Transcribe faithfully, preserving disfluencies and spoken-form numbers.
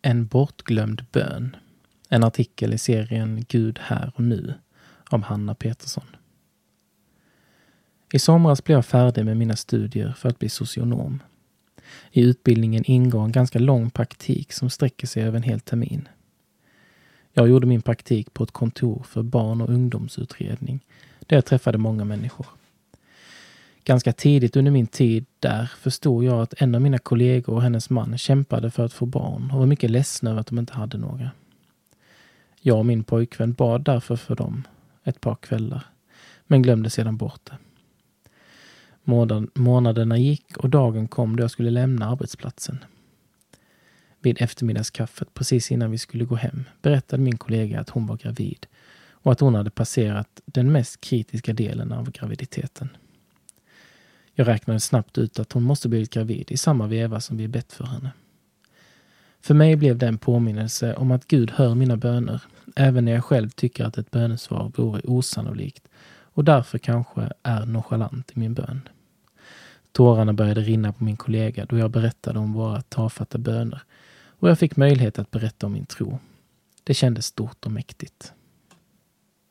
En bortglömd bön. En artikel i serien Gud här och nu av Hanna Petersson. I somras blev jag färdig med mina studier för att bli socionom. I utbildningen ingår en ganska lång praktik som sträcker sig över en hel termin. Jag gjorde min praktik på ett kontor för barn- och ungdomsutredning där jag träffade många människor. Ganska tidigt under min tid där förstod jag att en av mina kollegor och hennes man kämpade för att få barn och var mycket ledsna över att de inte hade några. Jag och min pojkvän bad därför för dem ett par kvällar, men glömde sedan bort det. Månaderna gick och dagen kom då jag skulle lämna arbetsplatsen. Vid eftermiddagskaffet precis innan vi skulle gå hem berättade min kollega att hon var gravid och att hon hade passerat den mest kritiska delen av graviditeten. Jag räknade snabbt ut att hon måste bli gravid i samma veva som vi bett för henne. För mig blev det en påminnelse om att Gud hör mina böner, även när jag själv tycker att ett bönesvar vore osannolikt och därför kanske är nonchalant i min bön. Tårarna började rinna på min kollega då jag berättade om våra tafatta böner och jag fick möjlighet att berätta om min tro. Det kändes stort och mäktigt.